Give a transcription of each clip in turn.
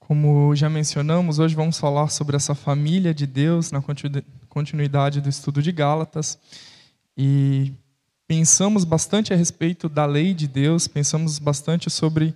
Como já mencionamos, hoje vamos falar sobre essa família de Deus na continuidade do estudo de Gálatas. E pensamos bastante a respeito da lei de Deus, pensamos bastante sobre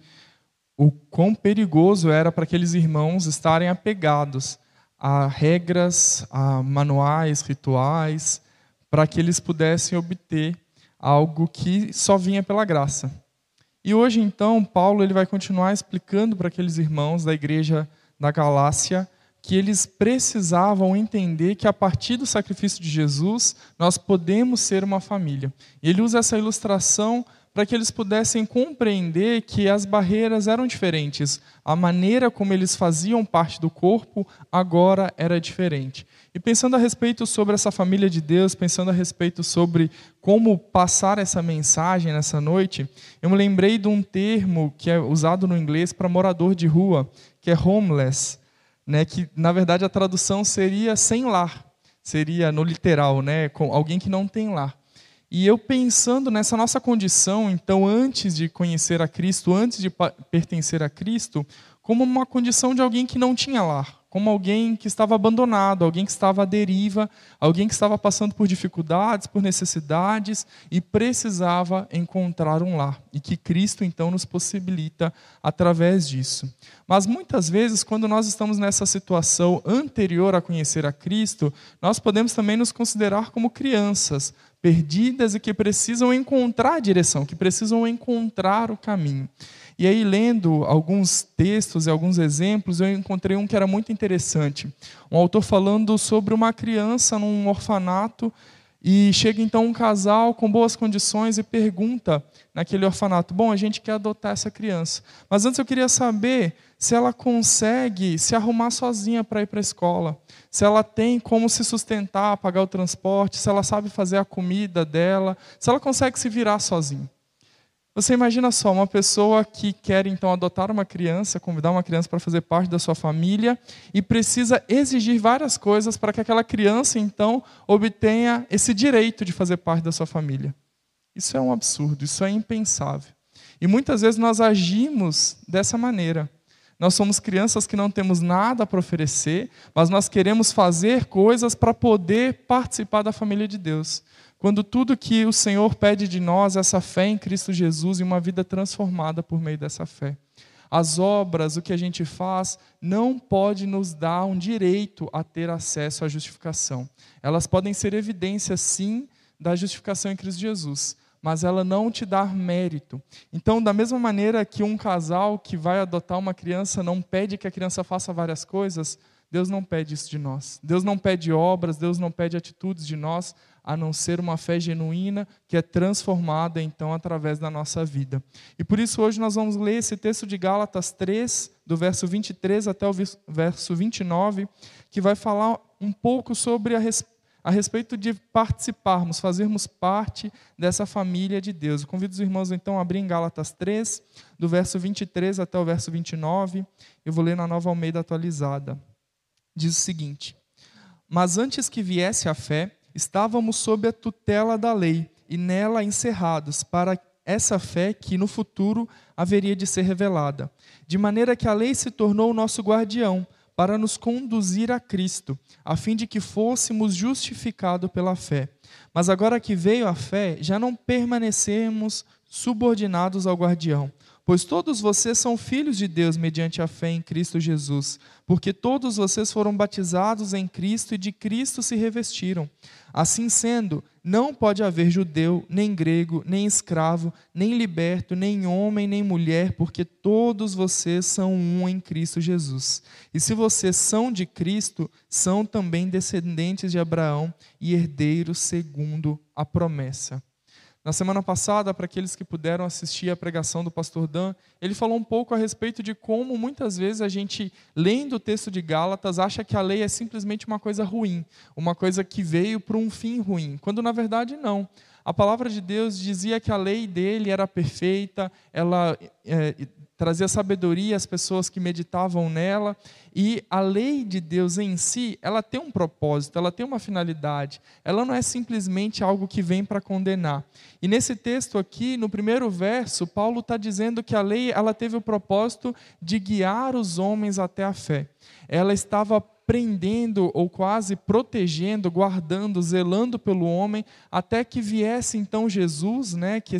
o quão perigoso era para aqueles irmãos estarem apegados a regras, a manuais, rituais, para que eles pudessem obter algo que só vinha pela graça. E hoje, então, Paulo ele vai continuar explicando para aqueles irmãos da igreja da Galácia que eles precisavam entender que a partir do sacrifício de Jesus, nós podemos ser uma família. E ele usa essa ilustração para que eles pudessem compreender que as barreiras eram diferentes. A maneira como eles faziam parte do corpo agora era diferente. E pensando a respeito sobre essa família de Deus, pensando a respeito sobre como passar essa mensagem nessa noite, eu me lembrei de um termo que é usado no inglês para morador de rua, que é homeless, né? Que na verdade a tradução seria sem lar, seria no literal, né? Com alguém que não tem lar. E eu pensando nessa nossa condição, então, antes de conhecer a Cristo, antes de pertencer a Cristo, como uma condição de alguém que não tinha lar, como alguém que estava abandonado, alguém que estava à deriva, alguém que estava passando por dificuldades, por necessidades e precisava encontrar um lar. E que Cristo, então, nos possibilita através disso. Mas muitas vezes, quando nós estamos nessa situação anterior a conhecer a Cristo, nós podemos também nos considerar como crianças, perdidas e que precisam encontrar a direção, que precisam encontrar o caminho. E aí, lendo alguns textos e alguns exemplos, eu encontrei um que era muito interessante. Um autor falando sobre uma criança num orfanato, e chega então um casal com boas condições e pergunta naquele orfanato: bom, a gente quer adotar essa criança, mas antes eu queria saber se ela consegue se arrumar sozinha para ir para a escola, se ela tem como se sustentar, pagar o transporte, se ela sabe fazer a comida dela, se ela consegue se virar sozinha. Você imagina só, uma pessoa que quer então adotar uma criança, convidar uma criança para fazer parte da sua família e precisa exigir várias coisas para que aquela criança então obtenha esse direito de fazer parte da sua família. Isso é um absurdo, isso é impensável. E muitas vezes nós agimos dessa maneira. Nós somos crianças que não temos nada para oferecer, mas nós queremos fazer coisas para poder participar da família de Deus. Quando tudo que o Senhor pede de nós é essa fé em Cristo Jesus e uma vida transformada por meio dessa fé. As obras, o que a gente faz, não pode nos dar um direito a ter acesso à justificação. Elas podem ser evidência, sim, da justificação em Cristo Jesus, mas ela não te dá mérito. Então, da mesma maneira que um casal que vai adotar uma criança não pede que a criança faça várias coisas, Deus não pede isso de nós. Deus não pede obras, Deus não pede atitudes de nós, a não ser uma fé genuína que é transformada, então, através da nossa vida. E por isso, hoje, nós vamos ler esse texto de Gálatas 3, do verso 23 até o verso 29, que vai falar um pouco sobre a respeito de participarmos, fazermos parte dessa família de Deus. Eu convido os irmãos, então, a abrir em Gálatas 3, do verso 23 até o verso 29. Eu vou ler na Nova Almeida atualizada. Diz o seguinte: mas antes que viesse a fé, estávamos sob a tutela da lei e nela encerrados para essa fé que no futuro haveria de ser revelada. De maneira que a lei se tornou o nosso guardião para nos conduzir a Cristo, a fim de que fôssemos justificados pela fé. Mas agora que veio a fé, já não permanecemos subordinados ao guardião. Pois todos vocês são filhos de Deus mediante a fé em Cristo Jesus, porque todos vocês foram batizados em Cristo e de Cristo se revestiram. Assim sendo, não pode haver judeu, nem grego, nem escravo, nem liberto, nem homem, nem mulher, porque todos vocês são um em Cristo Jesus. E se vocês são de Cristo, são também descendentes de Abraão e herdeiros segundo a promessa. Na semana passada, para aqueles que puderam assistir a pregação do pastor Dan, ele falou um pouco a respeito de como muitas vezes a gente, lendo o texto de Gálatas, acha que a lei é simplesmente uma coisa ruim, uma coisa que veio para um fim ruim, quando na verdade não. A palavra de Deus dizia que a lei dele era perfeita, ela trazia sabedoria às pessoas que meditavam nela. E a lei de Deus em si, ela tem um propósito, ela tem uma finalidade. Ela não é simplesmente algo que vem para condenar. E nesse texto aqui, no primeiro verso, Paulo está dizendo que a lei ela teve o propósito de guiar os homens até a fé. Ela estava prendendo ou quase protegendo, guardando, zelando pelo homem, até que viesse então Jesus, né, que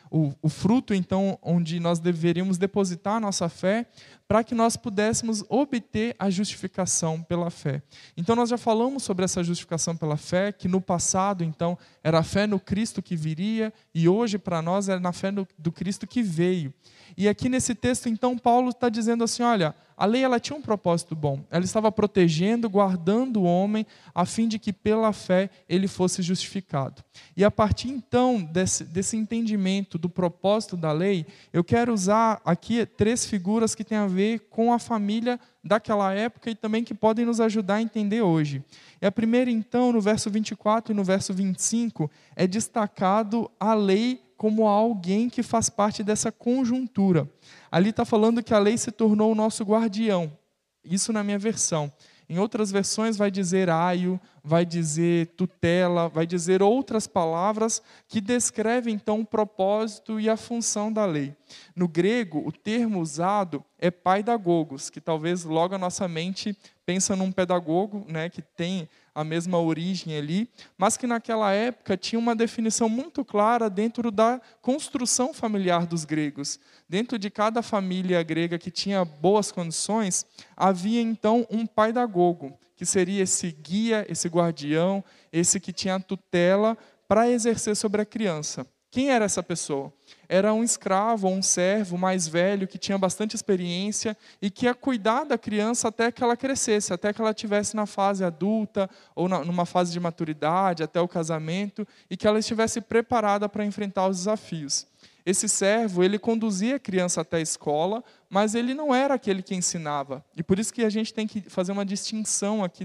o fruto então onde nós deveríamos depositar a nossa fé, para que nós pudéssemos obter a justificação pela fé. Então nós já falamos sobre essa justificação pela fé, que no passado então era a fé no Cristo que viria, e hoje para nós é na fé do Cristo que veio. E aqui nesse texto então Paulo está dizendo assim, olha, a lei ela tinha um propósito bom, ela estava protegendo, guardando o homem, a fim de que pela fé ele fosse justificado. E a partir então desse entendimento do propósito da lei, eu quero usar aqui 3 figuras que têm a ver com a família daquela época e também que podem nos ajudar a entender hoje. E a primeira então, no verso 24 e no verso 25, é destacado a lei como alguém que faz parte dessa conjuntura. Ali está falando que a lei se tornou o nosso guardião. Isso na minha versão. Em outras versões vai dizer aio, vai dizer tutela, vai dizer outras palavras que descrevem então o propósito e a função da lei. No grego, o termo usado é paidagogos, que talvez logo a nossa mente pensa num pedagogo, né, que tem a mesma origem ali, mas que naquela época tinha uma definição muito clara dentro da construção familiar dos gregos. Dentro de cada família grega que tinha boas condições, havia então um paidagogo, que seria esse guia, esse guardião, esse que tinha a tutela para exercer sobre a criança. Quem era essa pessoa? Era um escravo ou um servo mais velho que tinha bastante experiência e que ia cuidar da criança até que ela crescesse, até que ela estivesse na fase adulta ou numa fase de maturidade, até o casamento, e que ela estivesse preparada para enfrentar os desafios. Esse servo, ele conduzia a criança até a escola, mas ele não era aquele que ensinava. E por isso que a gente tem que fazer uma distinção aqui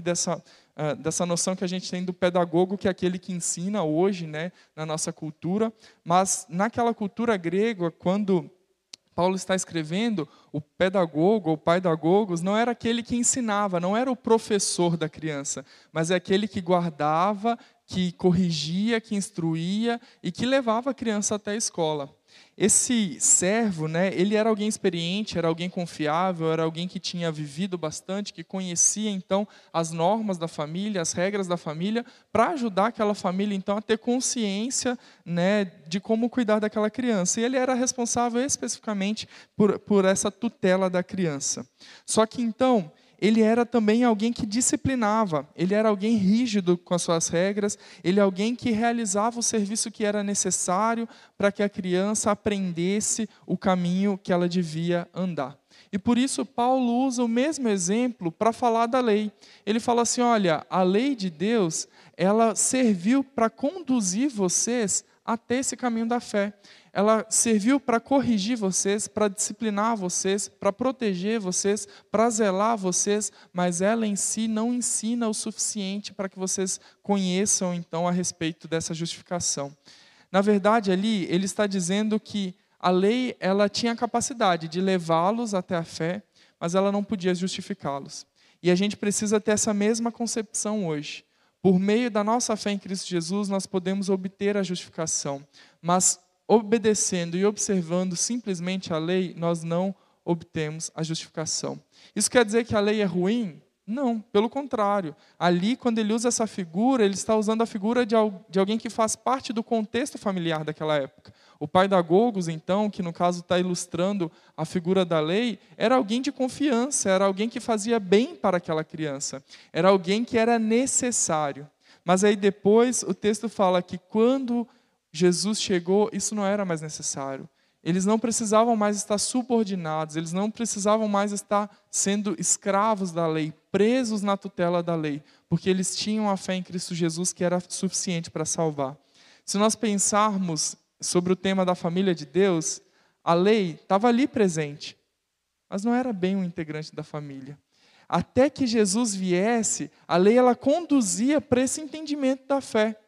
dessa noção que a gente tem do pedagogo, que é aquele que ensina hoje, né, na nossa cultura. Mas naquela cultura grega, quando Paulo está escrevendo, o pedagogo ou paidagogos não era aquele que ensinava, não era o professor da criança, mas é aquele que guardava, que corrigia, que instruía e que levava a criança até a escola. Esse servo, né, ele era alguém experiente, era alguém confiável, era alguém que tinha vivido bastante, que conhecia então as normas da família, as regras da família, para ajudar aquela família então a ter consciência, né, de como cuidar daquela criança. E ele era responsável especificamente por essa tutela da criança. Só que então ele era também alguém que disciplinava, ele era alguém rígido com as suas regras, ele é alguém que realizava o serviço que era necessário para que a criança aprendesse o caminho que ela devia andar. E por isso Paulo usa o mesmo exemplo para falar da lei. Ele fala assim, olha, a lei de Deus, ela serviu para conduzir vocês até esse caminho da fé. Ela serviu para corrigir vocês, para disciplinar vocês, para proteger vocês, para zelar vocês, mas ela em si não ensina o suficiente para que vocês conheçam então a respeito dessa justificação. Na verdade, ali ele está dizendo que a lei ela tinha a capacidade de levá-los até a fé, mas ela não podia justificá-los. E a gente precisa ter essa mesma concepção hoje. Por meio da nossa fé em Cristo Jesus, nós podemos obter a justificação, mas obedecendo e observando simplesmente a lei, nós não obtemos a justificação. Isso quer dizer que a lei é ruim? Não, pelo contrário. Ali, quando ele usa essa figura, ele está usando a figura de alguém que faz parte do contexto familiar daquela época. O paidagogos, então, que no caso está ilustrando a figura da lei, era alguém de confiança, era alguém que fazia bem para aquela criança, era alguém que era necessário. Mas aí depois o texto fala que quando Jesus chegou, isso não era mais necessário. Eles não precisavam mais estar subordinados, eles não precisavam mais estar sendo escravos da lei, presos na tutela da lei, porque eles tinham a fé em Cristo Jesus que era suficiente para salvar. Se nós pensarmos sobre o tema da família de Deus, a lei estava ali presente, mas não era bem um integrante da família. Até que Jesus viesse, a lei ela conduzia para esse entendimento da fé.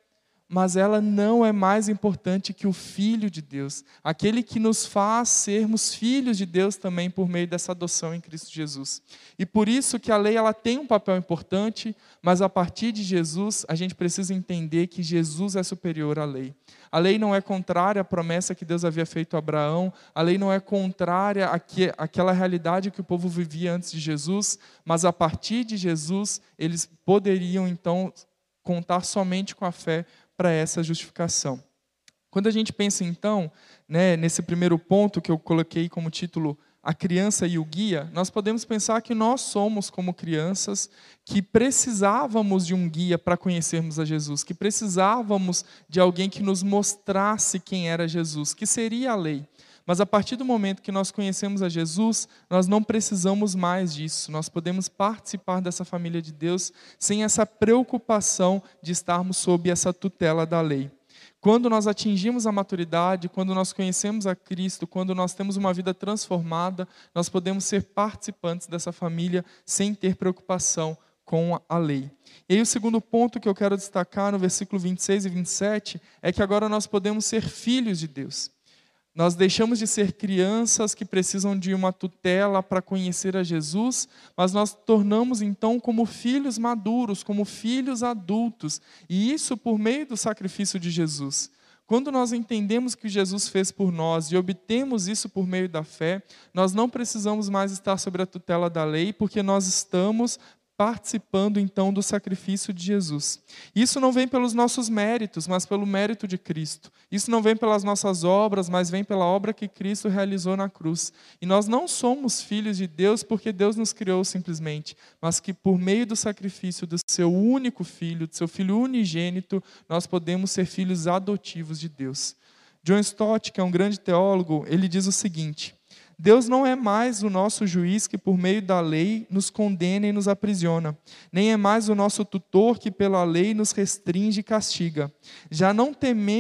mas ela não é mais importante que o Filho de Deus, aquele que nos faz sermos filhos de Deus também por meio dessa adoção em Cristo Jesus. E por isso que a lei ela tem um papel importante, mas a partir de Jesus a gente precisa entender que Jesus é superior à lei. A lei não é contrária à promessa que Deus havia feito a Abraão, a lei não é contrária àquela realidade que o povo vivia antes de Jesus, mas a partir de Jesus eles poderiam então contar somente com a fé para essa justificação. Quando a gente pensa então, nesse primeiro ponto que eu coloquei como título, a criança e o guia, nós podemos pensar que nós somos como crianças que precisávamos de um guia para conhecermos a Jesus, que precisávamos de alguém que nos mostrasse quem era Jesus, que seria a lei. Mas a partir do momento que nós conhecemos a Jesus, nós não precisamos mais disso. Nós podemos participar dessa família de Deus sem essa preocupação de estarmos sob essa tutela da lei. Quando nós atingimos a maturidade, quando nós conhecemos a Cristo, quando nós temos uma vida transformada, nós podemos ser participantes dessa família sem ter preocupação com a lei. E aí o segundo ponto que eu quero destacar no versículo 26 e 27 é que agora nós podemos ser filhos de Deus. Nós deixamos de ser crianças que precisam de uma tutela para conhecer a Jesus, mas nós tornamos então como filhos maduros, como filhos adultos, e isso por meio do sacrifício de Jesus. Quando nós entendemos o que Jesus fez por nós e obtemos isso por meio da fé, nós não precisamos mais estar sob a tutela da lei, porque nós estamos participando então do sacrifício de Jesus. Isso não vem pelos nossos méritos, mas pelo mérito de Cristo. Isso não vem pelas nossas obras, mas vem pela obra que Cristo realizou na cruz. E nós não somos filhos de Deus porque Deus nos criou simplesmente, mas que por meio do sacrifício do seu único filho, do seu filho unigênito, nós podemos ser filhos adotivos de Deus. John Stott, que é um grande teólogo, ele diz o seguinte: Deus não é mais o nosso juiz que por meio da lei nos condena e nos aprisiona, nem é mais o nosso tutor que pela lei nos restringe e castiga. Já não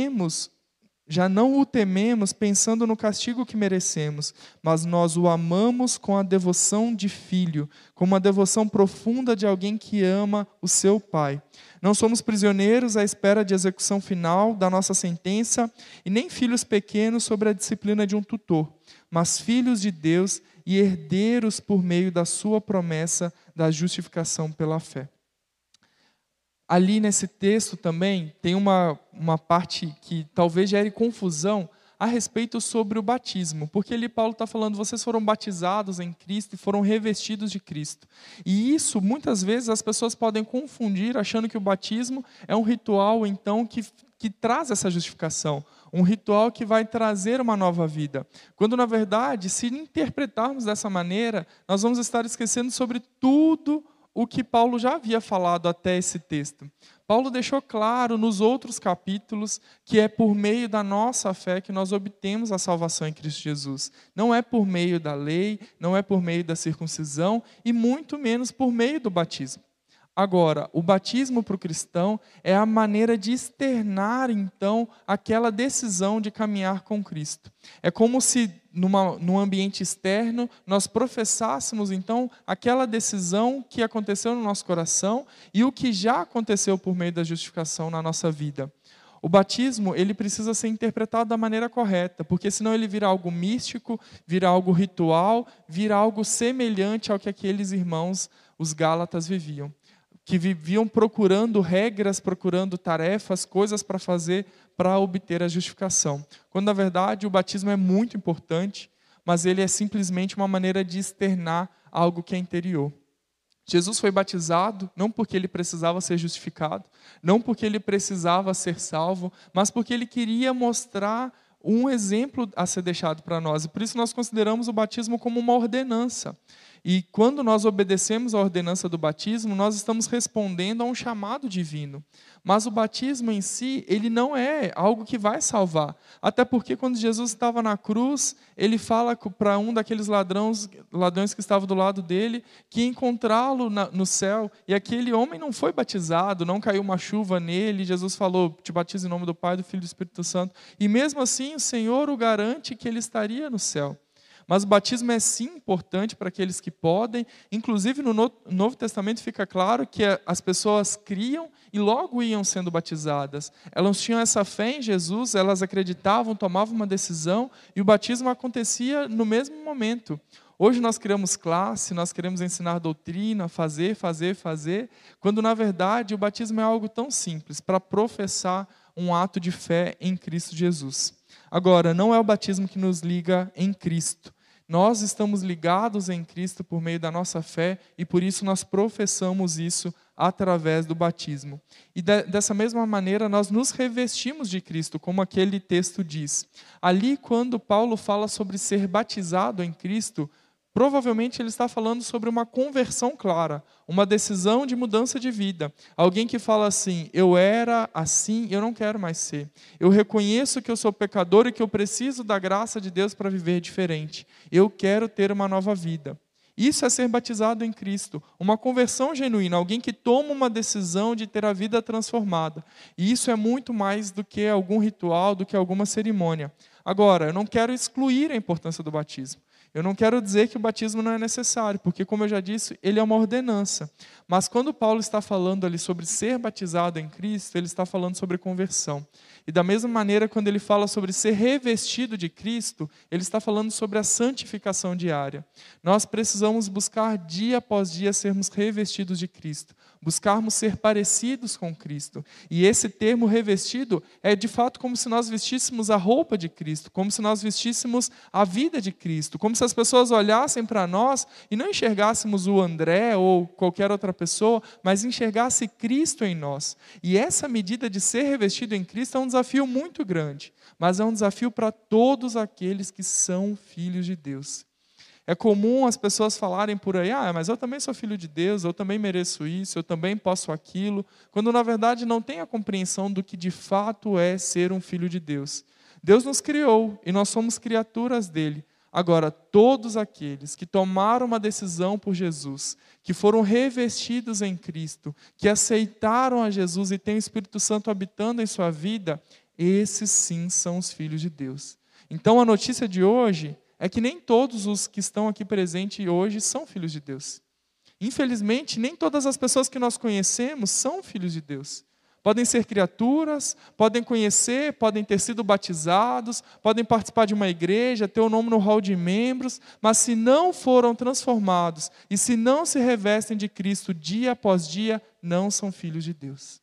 o tememos pensando no castigo que merecemos, mas nós o amamos com a devoção de filho, com uma devoção profunda de alguém que ama o seu pai. Não somos prisioneiros à espera de execução final da nossa sentença e nem filhos pequenos sobre a disciplina de um tutor, mas filhos de Deus e herdeiros por meio da sua promessa da justificação pela fé. Ali nesse texto também tem uma parte que talvez gere confusão a respeito sobre o batismo, porque ali Paulo está falando, vocês foram batizados em Cristo e foram revestidos de Cristo. E isso, muitas vezes, as pessoas podem confundir, achando que o batismo é um ritual, então, que traz essa justificação, um ritual que vai trazer uma nova vida. Quando, na verdade, se interpretarmos dessa maneira, nós vamos estar esquecendo sobre tudo o que Paulo já havia falado até esse texto. Paulo deixou claro nos outros capítulos que é por meio da nossa fé que nós obtemos a salvação em Cristo Jesus. Não é por meio da lei, não é por meio da circuncisão e muito menos por meio do batismo. Agora, o batismo para o cristão é a maneira de externar, então, aquela decisão de caminhar com Cristo. É como se, num ambiente externo, nós professássemos, então, aquela decisão que aconteceu no nosso coração e o que já aconteceu por meio da justificação na nossa vida. O batismo, ele precisa ser interpretado da maneira correta, porque senão ele vira algo místico, vira algo ritual, vira algo semelhante ao que aqueles irmãos, os Gálatas, viviam. Que viviam procurando regras, procurando tarefas, coisas para fazer para obter a justificação. Quando, na verdade, o batismo é muito importante, mas ele é simplesmente uma maneira de externar algo que é interior. Jesus foi batizado não porque ele precisava ser justificado, não porque ele precisava ser salvo, mas porque ele queria mostrar um exemplo a ser deixado para nós. E por isso nós consideramos o batismo como uma ordenança. E quando nós obedecemos à ordenança do batismo, nós estamos respondendo a um chamado divino. Mas o batismo em si, ele não é algo que vai salvar. Até porque quando Jesus estava na cruz, ele fala para um daqueles ladrões que estavam do lado dele, que ia encontrá-lo no céu. E aquele homem não foi batizado, não caiu uma chuva nele. Jesus falou, te batizo em nome do Pai, do Filho e do Espírito Santo. E mesmo assim, o Senhor o garante que ele estaria no céu. Mas o batismo é sim importante para aqueles que podem. Inclusive no Novo Testamento fica claro que as pessoas criam e logo iam sendo batizadas. Elas tinham essa fé em Jesus, elas acreditavam, tomavam uma decisão e o batismo acontecia no mesmo momento. Hoje nós criamos classe, nós queremos ensinar doutrina, fazer, quando na verdade o batismo é algo tão simples, para professar um ato de fé em Cristo Jesus. Agora, não é o batismo que nos liga em Cristo. Nós estamos ligados em Cristo por meio da nossa fé e por isso nós professamos isso através do batismo. E dessa mesma maneira nós nos revestimos de Cristo, como aquele texto diz. Ali, quando Paulo fala sobre ser batizado em Cristo, provavelmente ele está falando sobre uma conversão clara, uma decisão de mudança de vida. Alguém que fala assim, eu era assim, eu não quero mais ser. Eu reconheço que eu sou pecador e que eu preciso da graça de Deus para viver diferente. Eu quero ter uma nova vida. Isso é ser batizado em Cristo, uma conversão genuína, alguém que toma uma decisão de ter a vida transformada. E isso é muito mais do que algum ritual, do que alguma cerimônia. Agora, eu não quero excluir a importância do batismo. Eu não quero dizer que o batismo não é necessário, porque, como eu já disse, ele é uma ordenança. Mas quando Paulo está falando ali sobre ser batizado em Cristo, ele está falando sobre conversão. E da mesma maneira, quando ele fala sobre ser revestido de Cristo, ele está falando sobre a santificação diária. Nós precisamos buscar dia após dia sermos revestidos de Cristo, buscarmos ser parecidos com Cristo. E esse termo revestido é de fato como se nós vestíssemos a roupa de Cristo, como se nós vestíssemos a vida de Cristo, como se as pessoas olhassem para nós e não enxergássemos o André ou qualquer outra pessoa, mas enxergasse Cristo em nós. E essa medida de ser revestido em Cristo é um desafio muito grande, mas é um desafio para todos aqueles que são filhos de Deus. É comum as pessoas falarem por aí, mas eu também sou filho de Deus, eu também mereço isso, eu também posso aquilo, quando na verdade não tem a compreensão do que de fato é ser um filho de Deus. Deus nos criou e nós somos criaturas dele. Agora, todos aqueles que tomaram uma decisão por Jesus, que foram revestidos em Cristo, que aceitaram a Jesus e têm o Espírito Santo habitando em sua vida, esses sim são os filhos de Deus. Então a notícia de hoje é que nem todos os que estão aqui presentes hoje são filhos de Deus. Infelizmente, nem todas as pessoas que nós conhecemos são filhos de Deus. Podem ser criaturas, podem conhecer, podem ter sido batizados, podem participar de uma igreja, ter o nome no hall de membros, mas se não foram transformados e se não se revestem de Cristo dia após dia, não são filhos de Deus.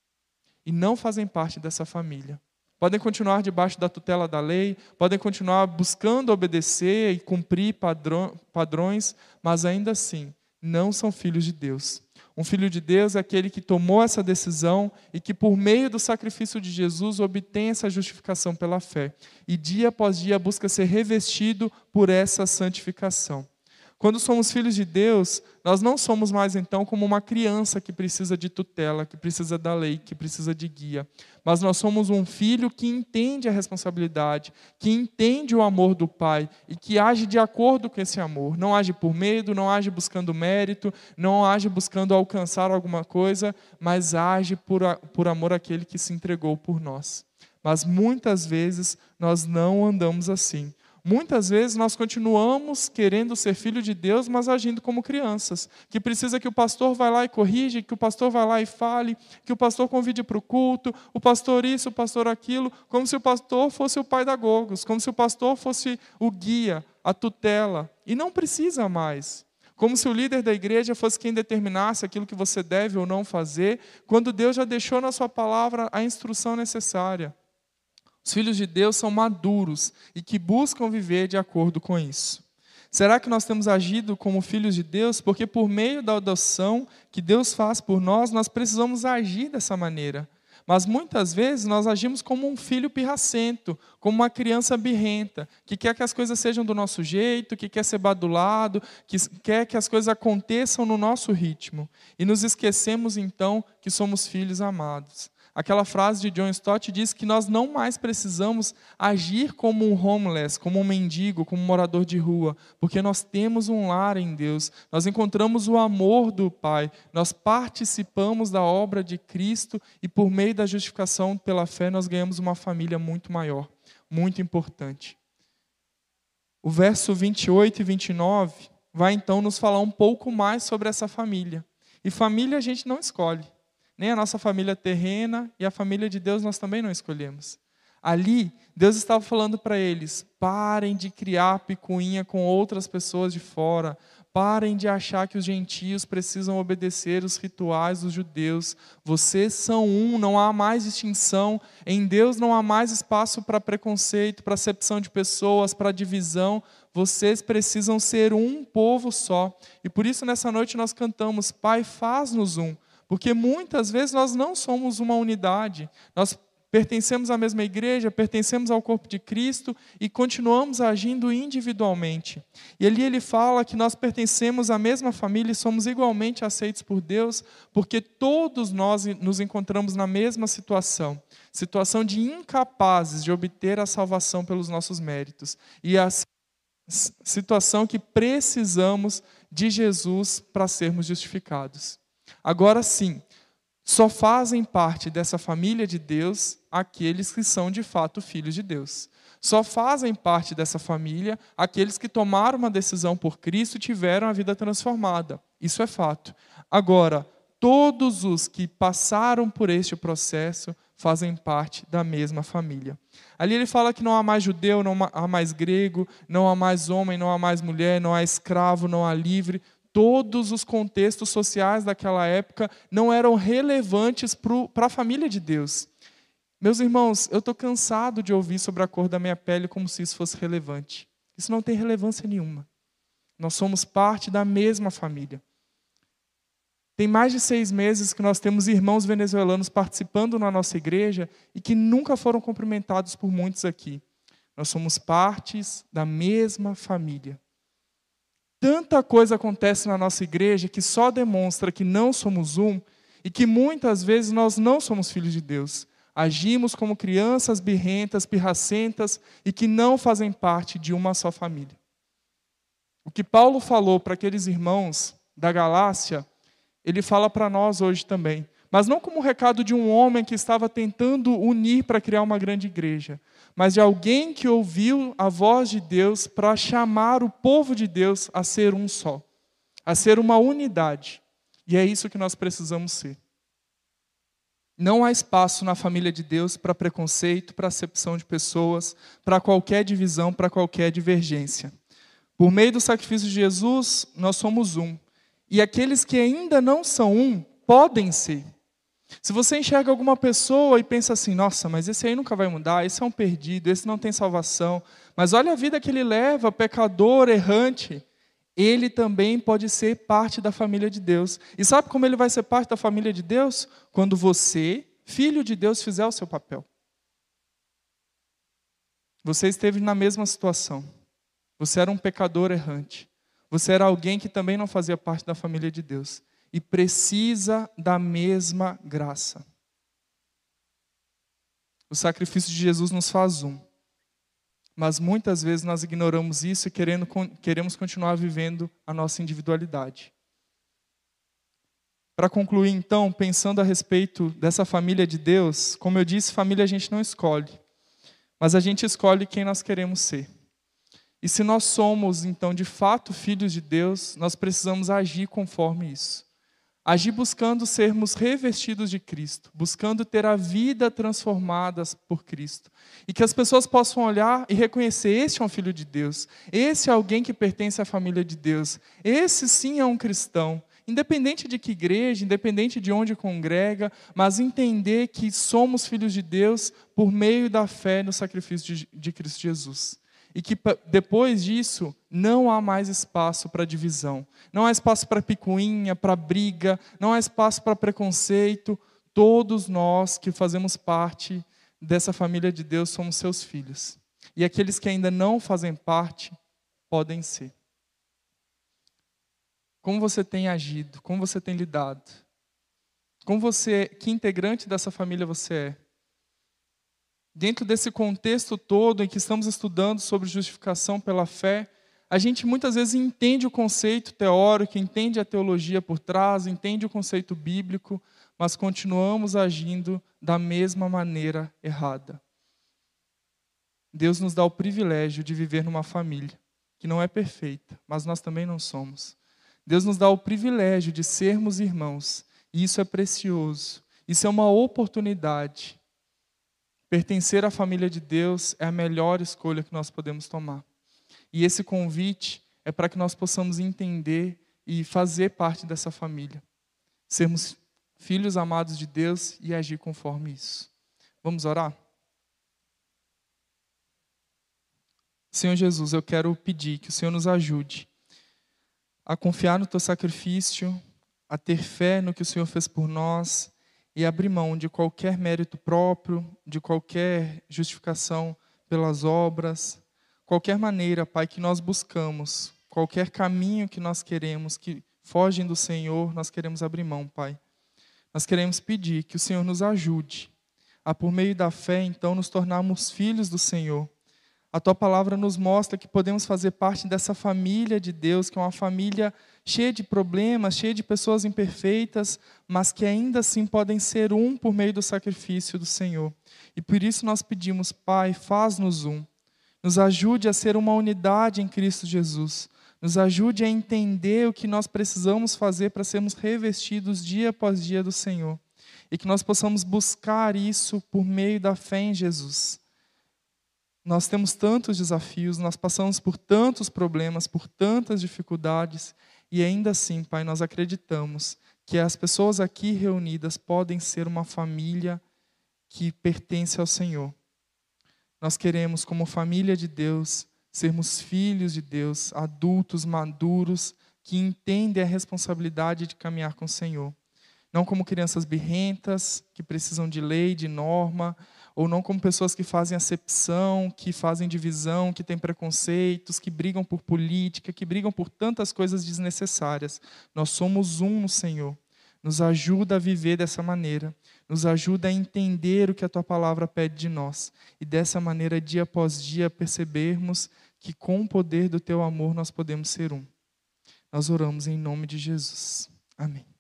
E não fazem parte dessa família. Podem continuar debaixo da tutela da lei, podem continuar buscando obedecer e cumprir padrões, mas ainda assim, não são filhos de Deus. Um filho de Deus é aquele que tomou essa decisão e que, por meio do sacrifício de Jesus, obtém essa justificação pela fé. E dia após dia busca ser revestido por essa santificação. Quando somos filhos de Deus, nós não somos mais então como uma criança que precisa de tutela, que precisa da lei, que precisa de guia. Mas nós somos um filho que entende a responsabilidade, que entende o amor do Pai e que age de acordo com esse amor. Não age por medo, não age buscando mérito, não age buscando alcançar alguma coisa, mas age por amor àquele que se entregou por nós. Mas muitas vezes nós não andamos assim. Muitas vezes nós continuamos querendo ser filho de Deus, mas agindo como crianças, que precisa que o pastor vá lá e corrija, que o pastor vá lá e fale, que o pastor convide para o culto, o pastor isso, o pastor aquilo, como se o pastor fosse o pai da Gogos, como se o pastor fosse o guia, a tutela, e não precisa mais. Como se o líder da igreja fosse quem determinasse aquilo que você deve ou não fazer, quando Deus já deixou na sua palavra a instrução necessária. Os filhos de Deus são maduros e que buscam viver de acordo com isso. Será que nós temos agido como filhos de Deus? Porque por meio da adoção que Deus faz por nós, nós precisamos agir dessa maneira. Mas muitas vezes nós agimos como um filho pirracento, como uma criança birrenta, que quer que as coisas sejam do nosso jeito, que quer ser badulado, que quer que as coisas aconteçam no nosso ritmo. E nos esquecemos então que somos filhos amados. Aquela frase de John Stott diz que nós não mais precisamos agir como um homeless, como um mendigo, como um morador de rua, porque nós temos um lar em Deus, nós encontramos o amor do Pai, nós participamos da obra de Cristo e por meio da justificação pela fé nós ganhamos uma família muito maior, muito importante. O verso 28 e 29 vai então nos falar um pouco mais sobre essa família. E família a gente não escolhe. Nem a nossa família terrena e a família de Deus nós também não escolhemos. Ali, Deus estava falando para eles: parem de criar picuinha com outras pessoas de fora. Parem de achar que os gentios precisam obedecer os rituais dos judeus. Vocês são um, não há mais distinção. Em Deus não há mais espaço para preconceito, para acepção de pessoas, para divisão. Vocês precisam ser um povo só. E por isso nessa noite nós cantamos: Pai, faz-nos um. Porque muitas vezes nós não somos uma unidade. Nós pertencemos à mesma igreja, pertencemos ao corpo de Cristo e continuamos agindo individualmente. E ali ele fala que nós pertencemos à mesma família e somos igualmente aceitos por Deus, porque todos nós nos encontramos na mesma situação de incapazes de obter a salvação pelos nossos méritos. E a situação que precisamos de Jesus para sermos justificados. Agora sim, só fazem parte dessa família de Deus aqueles que são de fato filhos de Deus. Só fazem parte dessa família aqueles que tomaram uma decisão por Cristo e tiveram a vida transformada. Isso é fato. Agora, todos os que passaram por este processo fazem parte da mesma família. Ali ele fala que não há mais judeu, não há mais grego, não há mais homem, não há mais mulher, não há escravo, não há livre. Todos os contextos sociais daquela época não eram relevantes para a família de Deus. Meus irmãos, eu estou cansado de ouvir sobre a cor da minha pele como se isso fosse relevante. Isso não tem relevância nenhuma. Nós somos parte da mesma família. Tem mais de 6 meses que nós temos irmãos venezuelanos participando na nossa igreja e que nunca foram cumprimentados por muitos aqui. Nós somos partes da mesma família. Tanta coisa acontece na nossa igreja que só demonstra que não somos um e que muitas vezes nós não somos filhos de Deus. Agimos como crianças birrentas, pirracentas e que não fazem parte de uma só família. O que Paulo falou para aqueles irmãos da Galácia, ele fala para nós hoje também. Mas não como um recado de um homem que estava tentando unir para criar uma grande igreja, mas de alguém que ouviu a voz de Deus para chamar o povo de Deus a ser um só, a ser uma unidade. E é isso que nós precisamos ser. Não há espaço na família de Deus para preconceito, para acepção de pessoas, para qualquer divisão, para qualquer divergência. Por meio do sacrifício de Jesus, nós somos um. E aqueles que ainda não são um, podem ser. Se você enxerga alguma pessoa e pensa assim: nossa, mas esse aí nunca vai mudar, esse é um perdido, esse não tem salvação. Mas olha a vida que ele leva, pecador, errante. Ele também pode ser parte da família de Deus. E sabe como ele vai ser parte da família de Deus? Quando você, filho de Deus, fizer o seu papel. Você esteve na mesma situação. Você era um pecador errante. Você era alguém que também não fazia parte da família de Deus. E precisa da mesma graça. O sacrifício de Jesus nos faz um. Mas muitas vezes nós ignoramos isso e queremos continuar vivendo a nossa individualidade. Para concluir então, pensando a respeito dessa família de Deus, como eu disse, família a gente não escolhe. Mas a gente escolhe quem nós queremos ser. E se nós somos então de fato filhos de Deus, nós precisamos agir conforme isso. Agir buscando sermos revestidos de Cristo, buscando ter a vida transformada por Cristo. E que as pessoas possam olhar e reconhecer: esse é um filho de Deus, esse é alguém que pertence à família de Deus, esse sim é um cristão. Independente de que igreja, independente de onde congrega, mas entender que somos filhos de Deus por meio da fé no sacrifício de Cristo Jesus. E que depois disso não há mais espaço para divisão. Não há espaço para picuinha, para briga, não há espaço para preconceito. Todos nós que fazemos parte dessa família de Deus somos seus filhos. E aqueles que ainda não fazem parte, podem ser. Como você tem agido? Como você tem lidado? Que integrante dessa família você é? Dentro desse contexto todo em que estamos estudando sobre justificação pela fé, a gente muitas vezes entende o conceito teórico, entende a teologia por trás, entende o conceito bíblico, mas continuamos agindo da mesma maneira errada. Deus nos dá o privilégio de viver numa família. que não é perfeita, mas nós também não somos. Deus nos dá o privilégio de sermos irmãos, e isso é precioso. Isso é uma oportunidade. Pertencer à família de Deus é a melhor escolha que nós podemos tomar. E esse convite é para que nós possamos entender e fazer parte dessa família. Sermos filhos amados de Deus e agir conforme isso. Vamos orar? Senhor Jesus, eu quero pedir que o Senhor nos ajude a confiar no Teu sacrifício, a ter fé no que o Senhor fez por nós e abrir mão de qualquer mérito próprio, de qualquer justificação pelas obras, qualquer maneira, Pai, que nós buscamos, qualquer caminho que nós queremos, que fogem do Senhor, nós queremos abrir mão, Pai. Nós queremos pedir que o Senhor nos ajude a, por meio da fé, então, nos tornarmos filhos do Senhor. A Tua palavra nos mostra que podemos fazer parte dessa família de Deus, que é uma família cheia de problemas, cheia de pessoas imperfeitas, mas que ainda assim podem ser um por meio do sacrifício do Senhor. E por isso nós pedimos, Pai, faz-nos um. Nos ajude a ser uma unidade em Cristo Jesus. Nos ajude a entender o que nós precisamos fazer para sermos revestidos dia após dia do Senhor. E que nós possamos buscar isso por meio da fé em Jesus. Nós temos tantos desafios, nós passamos por tantos problemas, por tantas dificuldades, e ainda assim, Pai, nós acreditamos que as pessoas aqui reunidas podem ser uma família que pertence ao Senhor. Nós queremos, como família de Deus, sermos filhos de Deus, adultos, maduros, que entendem a responsabilidade de caminhar com o Senhor. Não como crianças birrentas, que precisam de lei, de norma, ou não como pessoas que fazem acepção, que fazem divisão, que têm preconceitos, que brigam por política, que brigam por tantas coisas desnecessárias. Nós somos um no Senhor. Nos ajuda a viver dessa maneira. Nos ajuda a entender o que a Tua palavra pede de nós. E dessa maneira, dia após dia, percebermos que com o poder do Teu amor nós podemos ser um. Nós oramos em nome de Jesus. Amém.